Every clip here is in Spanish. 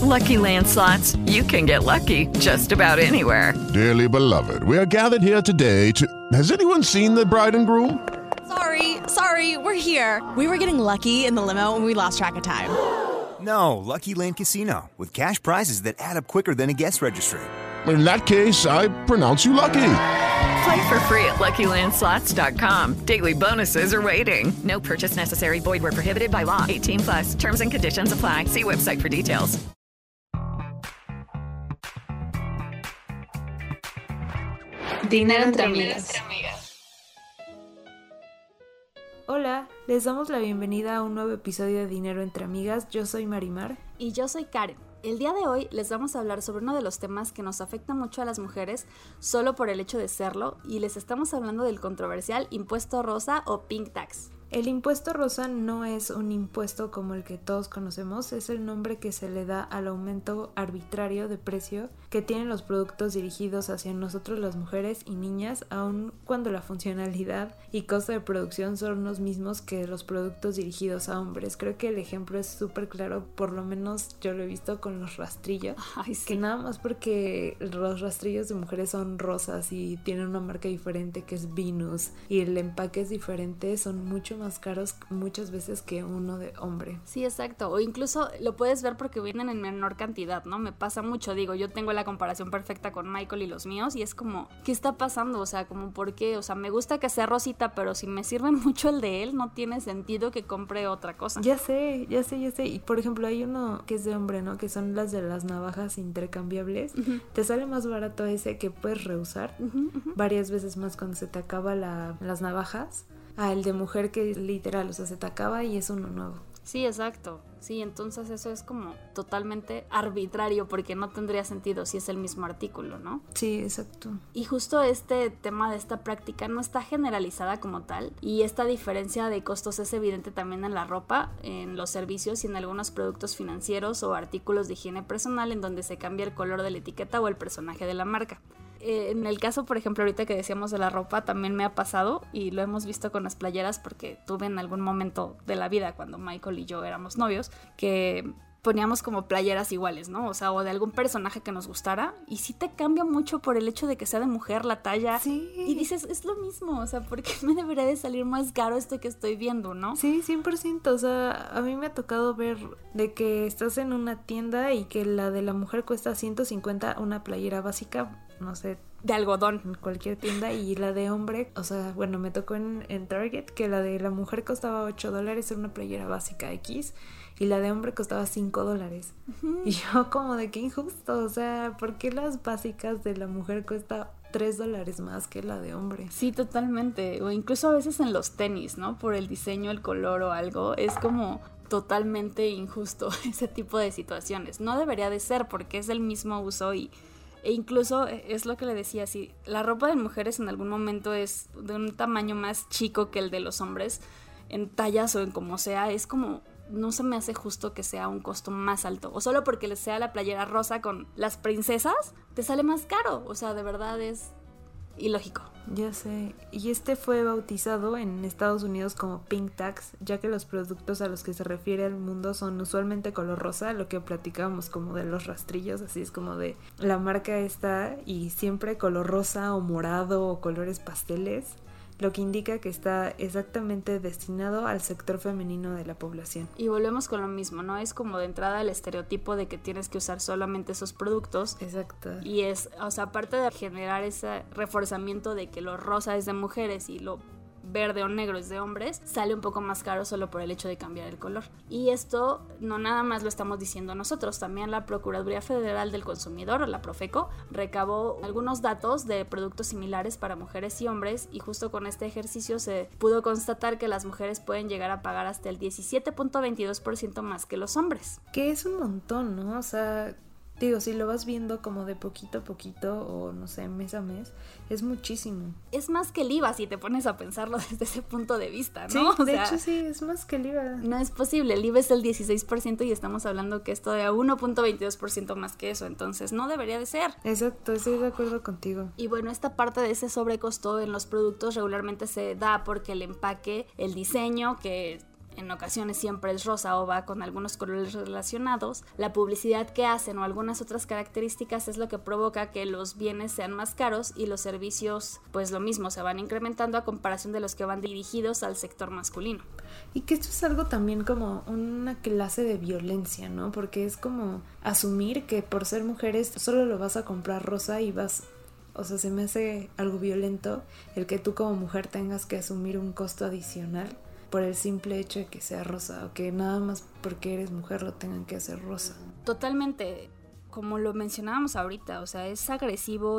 Lucky Land Slots, you can get lucky just about anywhere. Dearly beloved, we are gathered here today to... Has anyone seen the bride and groom? Sorry, we're here. We were getting lucky in the limo and we lost track of time. No, Lucky Land Casino, with cash prizes that add up quicker than a guest registry. In that case, I pronounce you lucky. Play for free at LuckyLandSlots.com. Daily bonuses are waiting. No purchase necessary. Void where prohibited by law. 18+. Terms and conditions apply. See website for details. Dinero entre amigas. Hola, les damos la bienvenida a un nuevo episodio de Dinero entre amigas. Yo soy Marimar. Y yo soy Karen. El día de hoy les vamos a hablar sobre uno de los temas que nos afecta mucho a las mujeres solo por el hecho de serlo, y les estamos hablando del controversial impuesto rosa o pink tax. El impuesto rosa no es un impuesto como el que todos conocemos, es el nombre que se le da al aumento arbitrario de precio que tienen los productos dirigidos hacia nosotros las mujeres y niñas, aun cuando la funcionalidad y costo de producción son los mismos que los productos dirigidos a hombres. Creo que el ejemplo es súper claro, por lo menos yo lo he visto con los rastrillos. Ay, sí. Que nada más porque los rastrillos de mujeres son rosas y tienen una marca diferente que es Venus y el empaque es diferente, son mucho más caros muchas veces que uno de hombre. Sí, exacto. O incluso lo puedes ver porque vienen en menor cantidad, ¿no? Me pasa mucho, digo, yo tengo la comparación perfecta con Michael y los míos y es como, ¿qué está pasando? O sea, como, ¿por qué? O sea, me gusta que sea rosita, pero si me sirve mucho el de él, no tiene sentido que compre otra cosa. Ya sé. Y por ejemplo, hay uno que es de hombre, ¿no? Que son las de las navajas intercambiables. Uh-huh. Te sale más barato ese que puedes reusar varias veces más cuando se te acaba las navajas. El de mujer que literal, o sea, se te acaba y es uno nuevo. Sí, exacto. Sí, entonces eso es como totalmente arbitrario porque no tendría sentido si es el mismo artículo, ¿no? Sí, exacto. Y justo este tema de esta práctica no está generalizada como tal, y esta diferencia de costos es evidente también en la ropa, en los servicios y en algunos productos financieros o artículos de higiene personal en donde se cambia el color de la etiqueta o el personaje de la marca. En el caso, por ejemplo, ahorita que decíamos de la ropa, también me ha pasado y lo hemos visto con las playeras porque tuve en algún momento de la vida cuando Michael y yo éramos novios que poníamos como playeras iguales, ¿no? O sea, o de algún personaje que nos gustara y sí te cambia mucho por el hecho de que sea de mujer la talla. Sí. Y dices, es lo mismo, o sea, ¿por qué me debería de salir más caro esto que estoy viendo, no? Sí, 100%, o sea, a mí me ha tocado ver de que estás en una tienda y que la de la mujer cuesta 150 una playera básica, no sé, de algodón en cualquier tienda, y la de hombre, o sea, bueno, me tocó en Target que la de la mujer costaba $8, era una playera básica X, y la de hombre costaba $5. Uh-huh. Y yo como de qué injusto, o sea, ¿por qué las básicas de la mujer cuesta $3 más que la de hombre? Sí, totalmente. O incluso a veces en los tenis, ¿no? Por el diseño, el color o algo, es como totalmente injusto ese tipo de situaciones. No debería de ser porque es el mismo uso e incluso es lo que le decía, si la ropa de mujeres en algún momento es de un tamaño más chico que el de los hombres, en tallas o en como sea, es como, no se me hace justo que sea un costo más alto. O solo porque le sea la playera rosa con las princesas, te sale más caro. O sea, de verdad es ilógico. Ya sé, y este fue bautizado en Estados Unidos como Pink Tax, ya que los productos a los que se refiere el mundo son usualmente color rosa, lo que platicábamos como de los rastrillos, así es como de la marca esta, y siempre color rosa o morado o colores pasteles, lo que indica que está exactamente destinado al sector femenino de la población. Y volvemos con lo mismo, ¿no? Es como de entrada el estereotipo de que tienes que usar solamente esos productos. Exacto. Y es, o sea, aparte de generar ese reforzamiento de que lo rosa es de mujeres y lo verde o negro es de hombres, sale un poco más caro solo por el hecho de cambiar el color. Y esto no nada más lo estamos diciendo nosotros, también la Procuraduría Federal del Consumidor, o la Profeco, recabó algunos datos de productos similares para mujeres y hombres, y justo con este ejercicio se pudo constatar que las mujeres pueden llegar a pagar hasta el 17.22% más que los hombres. Que es un montón, ¿no? O sea, digo, si lo vas viendo como de poquito a poquito o no sé, mes a mes, es muchísimo. Es más que el IVA si te pones a pensarlo desde ese punto de vista, ¿no? Sí, o de sea, hecho sí, es más que el IVA. No es posible, el IVA es el 16% y estamos hablando que esto de 1.22% más que eso, entonces no debería de ser. Exacto, estoy de acuerdo contigo. Y bueno, esta parte de ese sobrecosto en los productos regularmente se da porque el empaque, el diseño, que en ocasiones siempre es rosa o va con algunos colores relacionados, la publicidad que hacen o algunas otras características es lo que provoca que los bienes sean más caros y los servicios pues lo mismo, se van incrementando a comparación de los que van dirigidos al sector masculino. Y que esto es algo también como una clase de violencia, ¿no? Porque es como asumir que por ser mujeres solo lo vas a comprar rosa y vas... O sea, se me hace algo violento el que tú como mujer tengas que asumir un costo adicional por el simple hecho de que sea rosa, o que nada más porque eres mujer lo tengan que hacer rosa. Totalmente, como lo mencionábamos ahorita, o sea, es agresivo,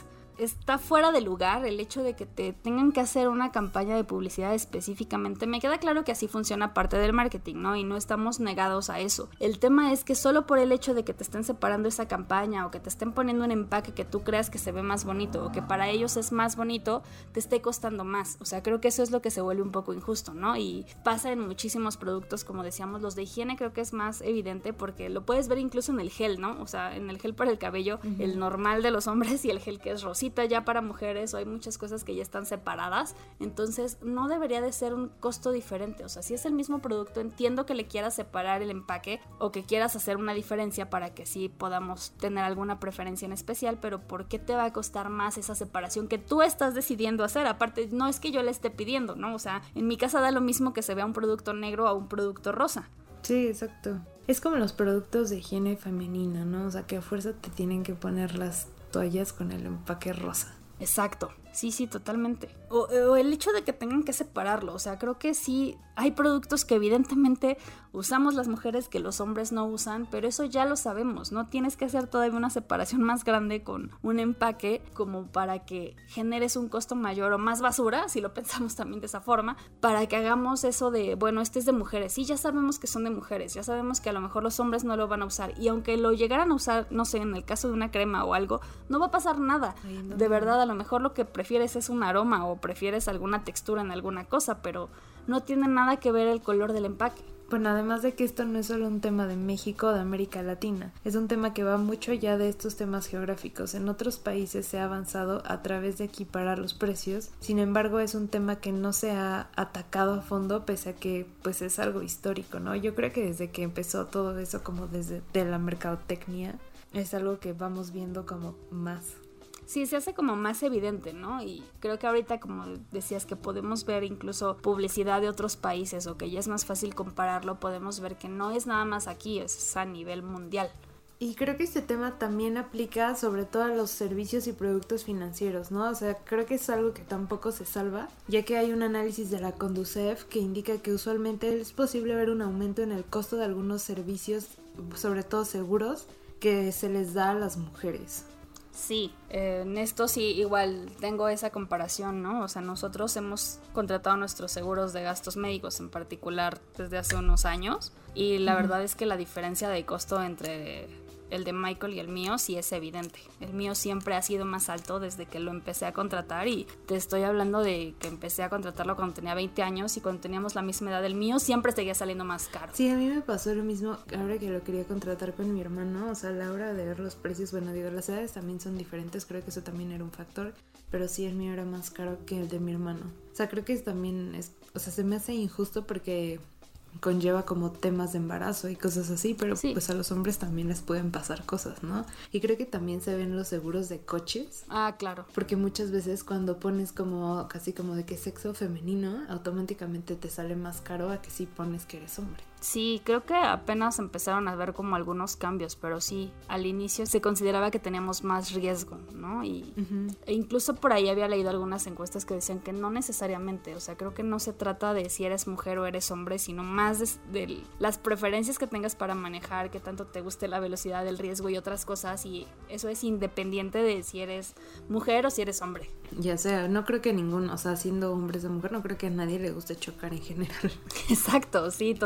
está fuera de lugar el hecho de que te tengan que hacer una campaña de publicidad específicamente. Me queda claro que así funciona parte del marketing, ¿no? Y no estamos negados a eso. El tema es que solo por el hecho de que te estén separando esa campaña o que te estén poniendo un empaque que tú creas que se ve más bonito o que para ellos es más bonito, te esté costando más. O sea, creo que eso es lo que se vuelve un poco injusto, ¿no? Y pasa en muchísimos productos, como decíamos, los de higiene creo que es más evidente porque lo puedes ver incluso en el gel, ¿no? O sea, en el gel para el cabello, el normal de los hombres y el gel que es rosita ya para mujeres, o hay muchas cosas que ya están separadas, entonces no debería de ser un costo diferente. O sea, si es el mismo producto, entiendo que le quieras separar el empaque o que quieras hacer una diferencia para que sí podamos tener alguna preferencia en especial, pero ¿por qué te va a costar más esa separación que tú estás decidiendo hacer? Aparte, no es que yo le esté pidiendo, ¿no? O sea, en mi casa da lo mismo que se vea un producto negro a un producto rosa. Sí, exacto. Es como los productos de higiene femenina, ¿no? O sea, que a fuerza te tienen que poner las toallas con el empaque rosa. Exacto, sí, totalmente. O el hecho de que tengan que separarlo, o sea, creo que sí hay productos que evidentemente usamos las mujeres que los hombres no usan, pero eso ya lo sabemos, no tienes que hacer todavía una separación más grande con un empaque como para que generes un costo mayor o más basura, si lo pensamos también de esa forma, para que hagamos eso de, bueno, este es de mujeres, sí, ya sabemos que son de mujeres, ya sabemos que a lo mejor los hombres no lo van a usar, y aunque lo llegaran a usar, no sé, en el caso de una crema o algo, no va a pasar nada. De verdad, a lo mejor lo que prefieres es un aroma o prefieres alguna textura en alguna cosa, pero no tiene nada que ver el color del empaque. Bueno, además de que esto no es solo un tema de México o de América Latina, es un tema que va mucho allá de estos temas geográficos. En otros países se ha avanzado a través de equiparar los precios, sin embargo es un tema que no se ha atacado a fondo, pese a que pues es algo histórico, ¿no? Yo creo que desde que empezó todo eso, como desde de la mercadotecnia, es algo que vamos viendo como más. Sí, se hace como más evidente, ¿no? Y creo que ahorita, como decías, que podemos ver incluso publicidad de otros países o que ya es más fácil compararlo, podemos ver que no es nada más aquí, es a nivel mundial. Y creo que este tema también aplica sobre todo a los servicios y productos financieros, ¿no? O sea, creo que es algo que tampoco se salva, ya que hay un análisis de la Conducef que indica que usualmente es posible ver un aumento en el costo de algunos servicios, sobre todo seguros, que se les da a las mujeres. Sí, en esto sí igual tengo esa comparación, ¿no? O sea, nosotros hemos contratado nuestros seguros de gastos médicos en particular desde hace unos años y la verdad es que la diferencia de costo entre el de Michael y el mío sí es evidente. El mío siempre ha sido más alto desde que lo empecé a contratar y te estoy hablando de que empecé a contratarlo cuando tenía 20 años y cuando teníamos la misma edad, el mío siempre seguía saliendo más caro. Sí, a mí me pasó lo mismo ahora que lo quería contratar con mi hermano. O sea, a la hora de ver los precios, bueno, digo, las edades también son diferentes, creo que eso también era un factor, pero sí, el mío era más caro que el de mi hermano. O sea, creo que también es, o sea, se me hace injusto porque conlleva como temas de embarazo y cosas así, pero sí, pues a los hombres también les pueden pasar cosas, ¿no? Y creo que también se ven los seguros de coches. Ah, claro. Porque muchas veces cuando pones como casi como de que sexo femenino, automáticamente te sale más caro a que si pones que eres hombre. Sí, creo que apenas empezaron a ver como algunos cambios, pero sí, al inicio se consideraba que teníamos más riesgo, ¿no? Y e incluso por ahí había leído algunas encuestas que decían que no necesariamente, o sea, creo que no se trata de si eres mujer o eres hombre, sino más de las preferencias que tengas para manejar, que tanto te guste la velocidad, el riesgo y otras cosas, y eso es independiente de si eres mujer o si eres hombre. Ya sea, no creo que ninguno, o sea, siendo hombres o mujer, no creo que a nadie le guste chocar en general. Exacto, sí, totalmente.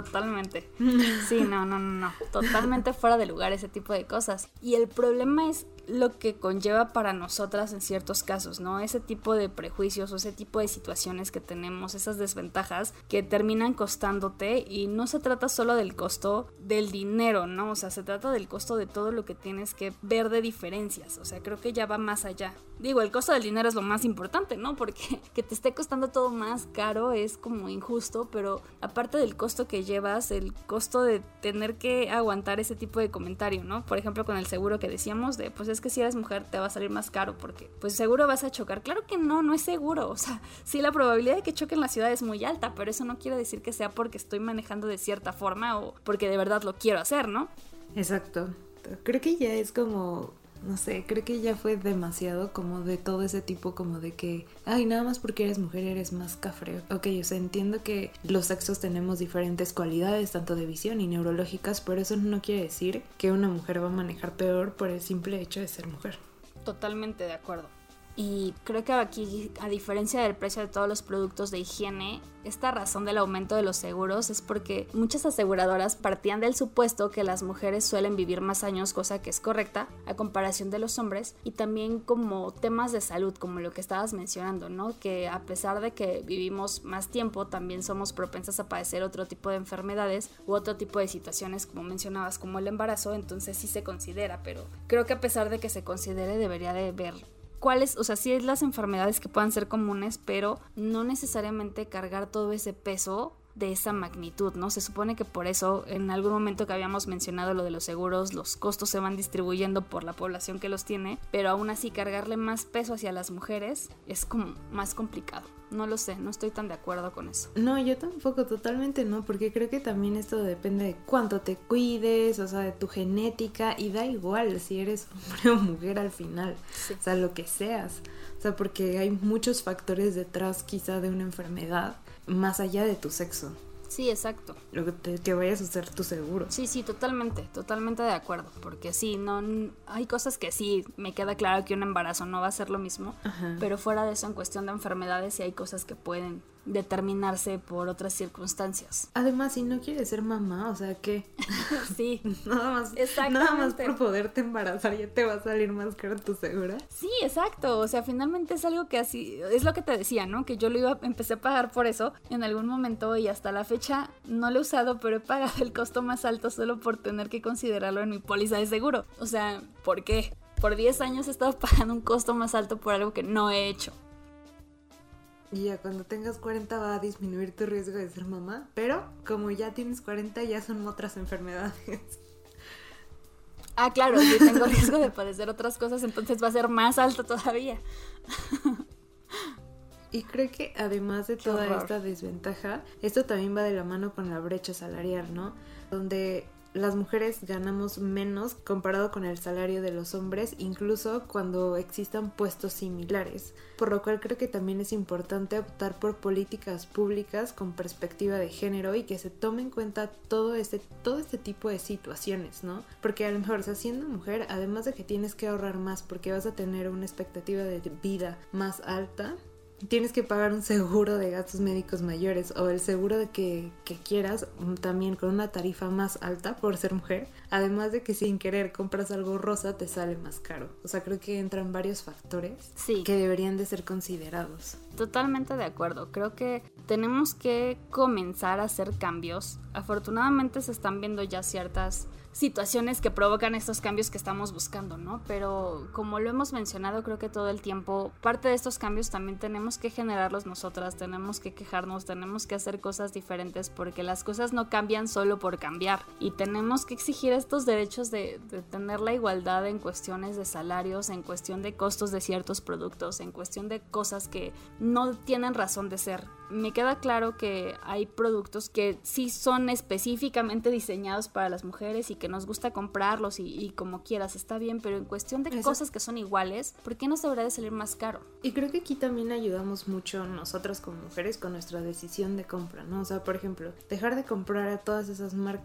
totalmente. Sí, no. Totalmente fuera de lugar ese tipo de cosas. Y el problema es lo que conlleva para nosotras en ciertos casos, ¿no? Ese tipo de prejuicios o ese tipo de situaciones que tenemos, esas desventajas que terminan costándote, y no se trata solo del costo del dinero, ¿no? O sea, se trata del costo de todo lo que tienes que ver de diferencias. O sea, creo que ya va más allá. Digo, el costo del dinero es lo más importante, ¿no? Porque que te esté costando todo más caro es como injusto, pero aparte del costo que llevas, el costo de tener que aguantar ese tipo de comentario, ¿no? Por ejemplo, con el seguro que decíamos de, pues es que si eres mujer te va a salir más caro porque pues seguro vas a chocar. Claro que no es seguro. O sea, sí, la probabilidad de que choque en la ciudad es muy alta, pero eso no quiere decir que sea porque estoy manejando de cierta forma o porque de verdad lo quiero hacer, ¿no? Exacto. Creo que ya es como... No sé, creo que ya fue demasiado como de todo ese tipo como de que, ay, nada más porque eres mujer eres más cafre. Ok, o sea, entiendo que los sexos tenemos diferentes cualidades, tanto de visión y neurológicas, pero eso no quiere decir que una mujer va a manejar peor por el simple hecho de ser mujer. Totalmente de acuerdo. Y creo que aquí, a diferencia del precio de todos los productos de higiene, esta razón del aumento de los seguros es porque muchas aseguradoras partían del supuesto que las mujeres suelen vivir más años, cosa que es correcta, a comparación de los hombres, y también como temas de salud, como lo que estabas mencionando, ¿no? Que a pesar de que vivimos más tiempo, también somos propensas a padecer otro tipo de enfermedades u otro tipo de situaciones, como mencionabas, como el embarazo, entonces sí se considera, pero creo que a pesar de que se considere, debería de ver cuáles, o sea, sí es las enfermedades que puedan ser comunes, pero no necesariamente cargar todo ese peso de esa magnitud, ¿no? Se supone que por eso en algún momento que habíamos mencionado lo de los seguros, los costos se van distribuyendo por la población que los tiene, pero aún así cargarle más peso hacia las mujeres es como más complicado. No lo sé, no estoy tan de acuerdo con eso. No, yo tampoco, totalmente no, porque creo que también esto depende de cuánto te cuides, o sea, de tu genética, y da igual si eres hombre o mujer al final, sí. O sea, lo que seas, o sea, porque hay muchos factores detrás quizá de una enfermedad, más allá de tu sexo. Sí, exacto. Lo que vayas a hacer tu seguro. Sí, totalmente de acuerdo, porque sí, no hay cosas que sí, me queda claro que un embarazo no va a ser lo mismo, ajá, pero fuera de eso, en cuestión de enfermedades, sí hay cosas que pueden determinarse por otras circunstancias. Además, si no quieres ser mamá, o sea, ¿qué? Sí, nada más por poderte embarazar ya te va a salir más caro tu seguro. Sí, exacto, o sea, finalmente es algo que así, es lo que te decía, ¿no? Que yo empecé a pagar por eso en algún momento y hasta la fecha no lo he usado, pero he pagado el costo más alto solo por tener que considerarlo en mi póliza de seguro. O sea, ¿por qué? Por 10 años he estado pagando un costo más alto por algo que no he hecho. Y ya cuando tengas 40 va a disminuir tu riesgo de ser mamá, pero como ya tienes 40 ya son otras enfermedades. Ah, claro, yo tengo riesgo de padecer otras cosas, entonces va a ser más alto todavía. Y creo que además de toda esta desventaja, esto también va de la mano con la brecha salarial, ¿no? Donde las mujeres ganamos menos comparado con el salario de los hombres, incluso cuando existan puestos similares. Por lo cual creo que también es importante optar por políticas públicas con perspectiva de género y que se tome en cuenta todo este tipo de situaciones, ¿no? Porque a lo mejor, o sea, siendo mujer, además de que tienes que ahorrar más porque vas a tener una expectativa de vida más alta, tienes que pagar un seguro de gastos médicos mayores o el seguro de que quieras, también con una tarifa más alta por ser mujer, además de que sin querer compras algo rosa te sale más caro. O sea, creo que entran varios factores que deberían de ser considerados. Totalmente de acuerdo, creo que tenemos que comenzar a hacer cambios. Afortunadamente se están viendo ya ciertas situaciones que provocan estos cambios que estamos buscando, ¿no? Pero como lo hemos mencionado, creo que todo el tiempo, parte de estos cambios también tenemos que generarlos nosotras, tenemos que quejarnos, tenemos que hacer cosas diferentes porque las cosas no cambian solo por cambiar y tenemos que exigir estos derechos de tener la igualdad en cuestiones de salarios, en cuestión de costos de ciertos productos, en cuestión de cosas que no tienen razón de ser. Me queda claro que hay productos que sí son específicamente diseñados para las mujeres y que nos gusta comprarlos y como quieras, está bien, pero en cuestión de cosas que son iguales, ¿por qué nos debería de salir más caro? Y creo que aquí también ayudamos mucho nosotras como mujeres con nuestra decisión de compra, ¿no? O sea, por ejemplo, dejar de comprar a todas esas marcas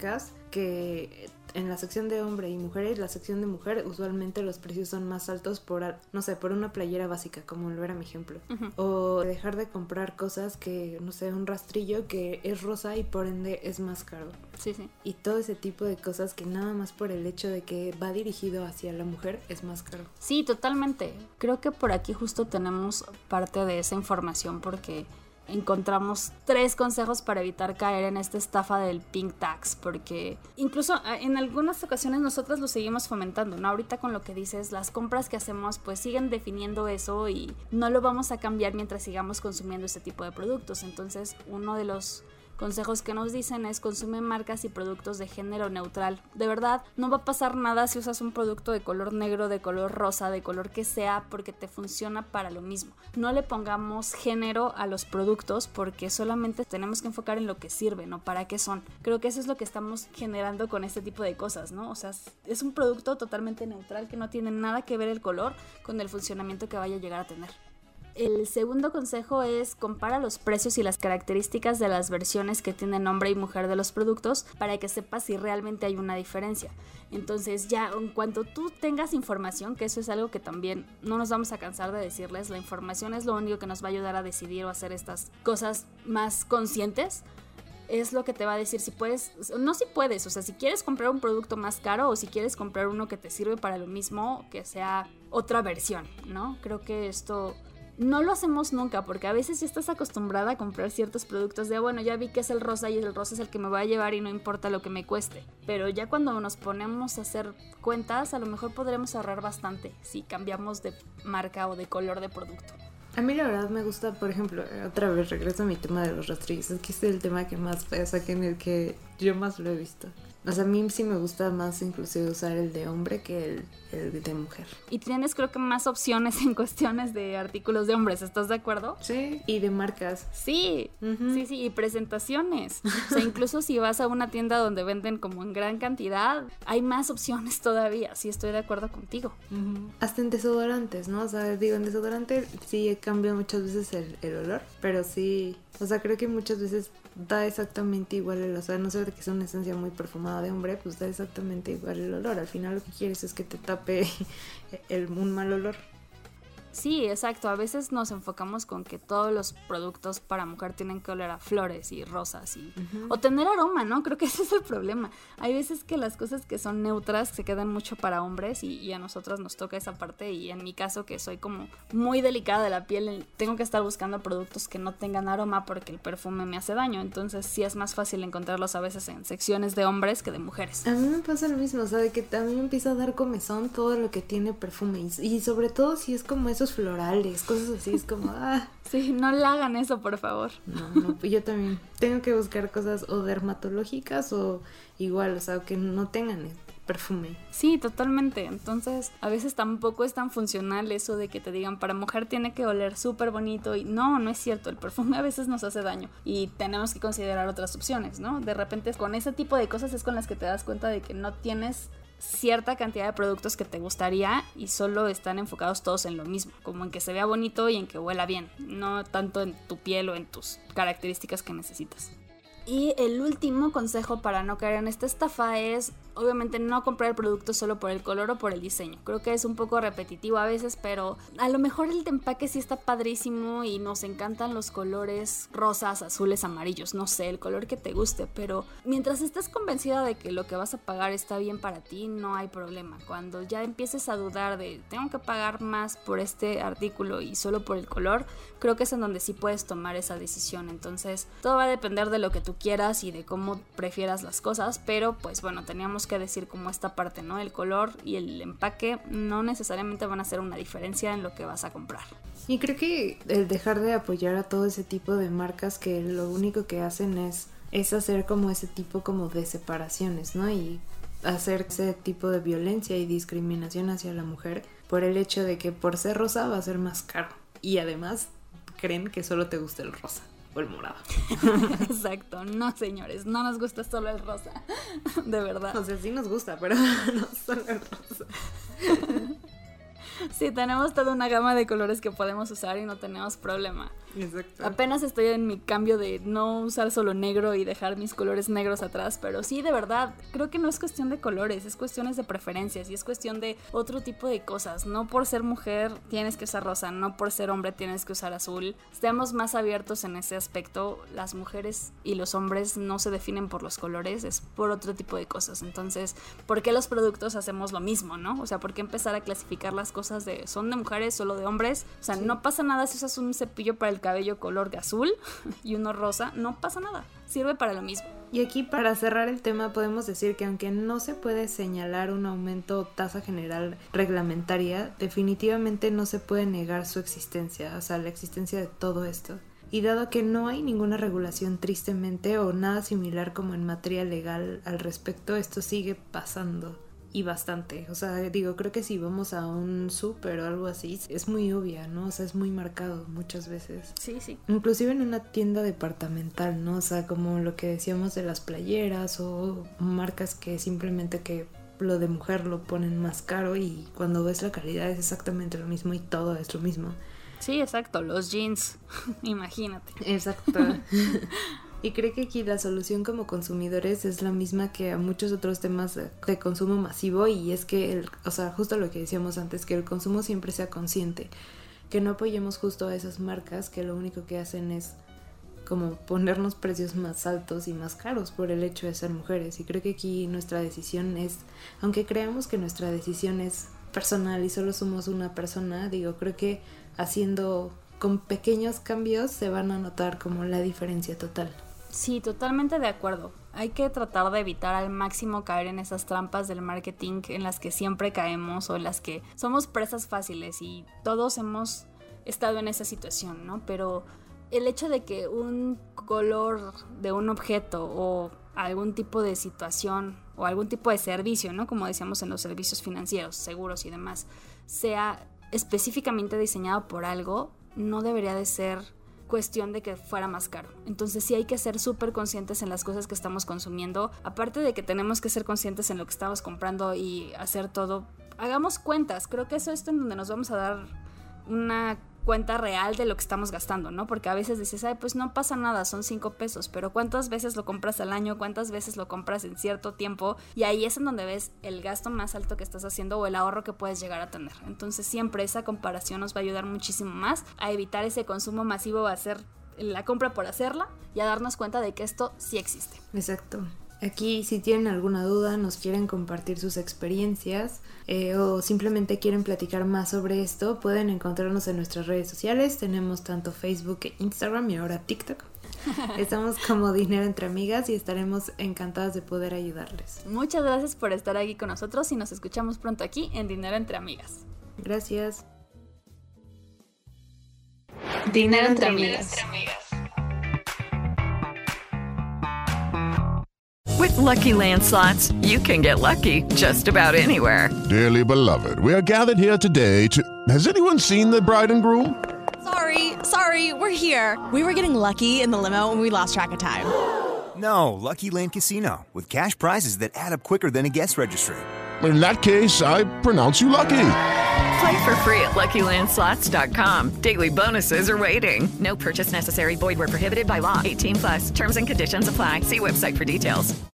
que en la sección de hombre y mujeres, la sección de mujer, usualmente los precios son más altos por, no sé, por una playera básica, como lo era mi ejemplo. O dejar de comprar cosas que, no sé, un rastrillo que es rosa y por ende es más caro. Sí, sí. Y todo ese tipo de cosas que nada más por el hecho de que va dirigido hacia la mujer es más caro. Sí, totalmente. Creo que por aquí justo tenemos parte de esa información porque encontramos 3 consejos para evitar caer en esta estafa del pink tax, porque incluso en algunas ocasiones nosotros lo seguimos fomentando, ¿no? Ahorita con lo que dices, las compras que hacemos pues siguen definiendo eso y no lo vamos a cambiar mientras sigamos consumiendo este tipo de productos. Entonces, uno de los consejos que nos dicen es: consume marcas y productos de género neutral. De verdad, no va a pasar nada si usas un producto de color negro, de color rosa, de color que sea, porque te funciona para lo mismo. No le pongamos género a los productos porque solamente tenemos que enfocar en lo que sirve, no para qué son. Creo que eso es lo que estamos generando con este tipo de cosas, ¿no? O sea, es un producto totalmente neutral que no tiene nada que ver el color con el funcionamiento que vaya a llegar a tener. El segundo consejo es: compara los precios y las características de las versiones que tienen hombre y mujer de los productos para que sepas si realmente hay una diferencia. Entonces ya en cuanto tú tengas información, que eso es algo que también no nos vamos a cansar de decirles, la información es lo único que nos va a ayudar a decidir o hacer estas cosas más conscientes. Es lo que te va a decir si puedes, no si puedes, o sea, si quieres comprar un producto más caro o si quieres comprar uno que te sirve para lo mismo, que sea otra versión, ¿no? Creo que esto no lo hacemos nunca, porque a veces ya estás acostumbrada a comprar ciertos productos de, bueno, ya vi que es el rosa y el rosa es el que me va a llevar y no importa lo que me cueste. Pero ya cuando nos ponemos a hacer cuentas, a lo mejor podremos ahorrar bastante si cambiamos de marca o de color de producto. A mí la verdad me gusta, por ejemplo, otra vez regreso a mi tema de los rastrillos. Es que este es el tema que más pesa, que en el que yo más lo he visto. O sea, a mí sí me gusta más inclusive usar el de hombre que el de mujer. Y tienes creo que más opciones en cuestiones de artículos de hombres, ¿estás de acuerdo? Sí, y de marcas. Sí, sí, y presentaciones. O sea, incluso si vas a una tienda donde venden como en gran cantidad, hay más opciones todavía. Sí, estoy de acuerdo contigo. Hasta en desodorantes, ¿no? O sea, digo, en desodorante sí cambia muchas veces el olor, pero sí, o sea, creo que muchas veces da exactamente igual o sea, no sé, de que sea una esencia muy perfumada de hombre, pues da exactamente igual el olor. Al final lo que quieres es que te tape un mal olor. Sí, exacto. A veces nos enfocamos con que todos los productos para mujer tienen que oler a flores y rosas y o tener aroma, ¿no? Creo que ese es el problema. Hay veces que las cosas que son neutras se quedan mucho para hombres y a nosotras nos toca esa parte, y en mi caso, que soy como muy delicada de la piel, tengo que estar buscando productos que no tengan aroma porque el perfume me hace daño. Entonces sí es más fácil encontrarlos a veces en secciones de hombres que de mujeres. A mí me pasa lo mismo, o sea, de que a mí me empieza a dar comezón todo lo que tiene perfume y sobre todo si es como esos florales, cosas así, es como Sí, no le hagan eso, por favor. No, pues yo también tengo que buscar cosas o dermatológicas o igual, o sea, que no tengan perfume. Sí, totalmente. Entonces, a veces tampoco es tan funcional eso de que te digan, para mujer tiene que oler súper bonito, y no es cierto. El perfume a veces nos hace daño y tenemos que considerar otras opciones, ¿no? De repente con ese tipo de cosas es con las que te das cuenta de que no tienes cierta cantidad de productos que te gustaría y solo están enfocados todos en lo mismo, como en que se vea bonito y en que huela bien, no tanto en tu piel o en tus características que necesitas. Y el último consejo para no caer en esta estafa es, obviamente, no comprar el producto solo por el color o por el diseño. Creo que es un poco repetitivo a veces, pero a lo mejor el empaque sí está padrísimo y nos encantan los colores rosas, azules, amarillos, no sé, el color que te guste, pero mientras estés convencida de que lo que vas a pagar está bien para ti, no hay problema. Cuando ya empieces a dudar de, tengo que pagar más por este artículo y solo por el color, creo que es en donde sí puedes tomar esa decisión. Entonces, todo va a depender de lo que tú quieras y de cómo prefieras las cosas, pero pues bueno, teníamos que decir como esta parte, ¿no? El color y el empaque no necesariamente van a hacer una diferencia en lo que vas a comprar. Y creo que el dejar de apoyar a todo ese tipo de marcas que lo único que hacen es hacer como ese tipo como de separaciones, ¿no? Y hacer ese tipo de violencia y discriminación hacia la mujer por el hecho de que por ser rosa va a ser más caro. Y además creen que solo te gusta el rosa o el morado. Exacto, no señores, no nos gusta solo el rosa, de verdad. O sea, sí nos gusta, pero no solo el rosa. Sí, tenemos toda una gama de colores que podemos usar y no tenemos problema. Exacto. Apenas estoy en mi cambio de no usar solo negro y dejar mis colores negros atrás, pero sí, de verdad, creo que no es cuestión de colores, es cuestiones de preferencias y es cuestión de otro tipo de cosas. No por ser mujer tienes que usar rosa, no por ser hombre tienes que usar azul. Estemos más abiertos en ese aspecto. Las mujeres y los hombres no se definen por los colores, es por otro tipo de cosas. Entonces, ¿por qué los productos hacemos lo mismo, no? O sea, ¿por qué empezar a clasificar las cosas de son de mujeres, solo de hombres? O sea, no pasa nada si usas un cepillo para el cabello color azul y uno rosa, no pasa nada, sirve para lo mismo. Y aquí, para cerrar el tema, podemos decir que aunque no se puede señalar un aumento o tasa general reglamentaria, definitivamente no se puede negar su existencia, o sea, la existencia de todo esto. Y dado que no hay ninguna regulación tristemente o nada similar como en materia legal al respecto, esto sigue pasando. Y bastante, o sea, digo, creo que si vamos a un súper o algo así, es muy obvia, ¿no? O sea, es muy marcado muchas veces. Sí, sí. Inclusive en una tienda departamental, ¿no? O sea, como lo que decíamos de las playeras o marcas que simplemente que lo de mujer lo ponen más caro y cuando ves la calidad es exactamente lo mismo y todo es lo mismo. Sí, exacto, los jeans, imagínate. Exacto. Y creo que aquí la solución como consumidores es la misma que a muchos otros temas de consumo masivo, y es que, o sea, justo lo que decíamos antes, que el consumo siempre sea consciente, que no apoyemos justo a esas marcas que lo único que hacen es como ponernos precios más altos y más caros por el hecho de ser mujeres. Y creo que aquí nuestra decisión es, aunque creamos que nuestra decisión es personal y solo somos una persona, digo, creo que haciendo con pequeños cambios se van a notar como la diferencia total. Sí, totalmente de acuerdo. Hay que tratar de evitar al máximo caer en esas trampas del marketing en las que siempre caemos o en las que somos presas fáciles, y todos hemos estado en esa situación, ¿no? Pero el hecho de que un color de un objeto o algún tipo de situación o algún tipo de servicio, ¿no? Como decíamos en los servicios financieros, seguros y demás, sea específicamente diseñado por algo, no debería de ser cuestión de que fuera más caro. Entonces sí hay que ser súper conscientes en las cosas que estamos consumiendo. Aparte de que tenemos que ser conscientes en lo que estamos comprando y hacer todo, hagamos cuentas. Creo que eso es en donde nos vamos a dar una cuenta real de lo que estamos gastando, ¿no? Porque a veces dices, ay, pues no pasa nada, son 5 pesos, pero ¿cuántas veces lo compras al año? ¿Cuántas veces lo compras en cierto tiempo? Y ahí es en donde ves el gasto más alto que estás haciendo o el ahorro que puedes llegar a tener. Entonces siempre esa comparación nos va a ayudar muchísimo más a evitar ese consumo masivo, a hacer la compra por hacerla y a darnos cuenta de que esto sí existe. Exacto. Aquí, si tienen alguna duda, nos quieren compartir sus experiencias o simplemente quieren platicar más sobre esto, pueden encontrarnos en nuestras redes sociales. Tenemos tanto Facebook e Instagram y ahora TikTok. Estamos como Dinero Entre Amigas y estaremos encantadas de poder ayudarles. Muchas gracias por estar aquí con nosotros y nos escuchamos pronto aquí en Dinero Entre Amigas. Gracias. Dinero Entre Amigas. With Lucky Land Slots, you can get lucky just about anywhere. Dearly beloved, we are gathered here today to... Has anyone seen the bride and groom? Sorry, we're here. We were getting lucky in the limo and we lost track of time. No, Lucky Land Casino, with cash prizes that add up quicker than a guest registry. In that case, I pronounce you lucky. Play for free at LuckyLandSlots.com. Daily bonuses are waiting. No purchase necessary. Void where prohibited by law. 18+. Terms and conditions apply. See website for details.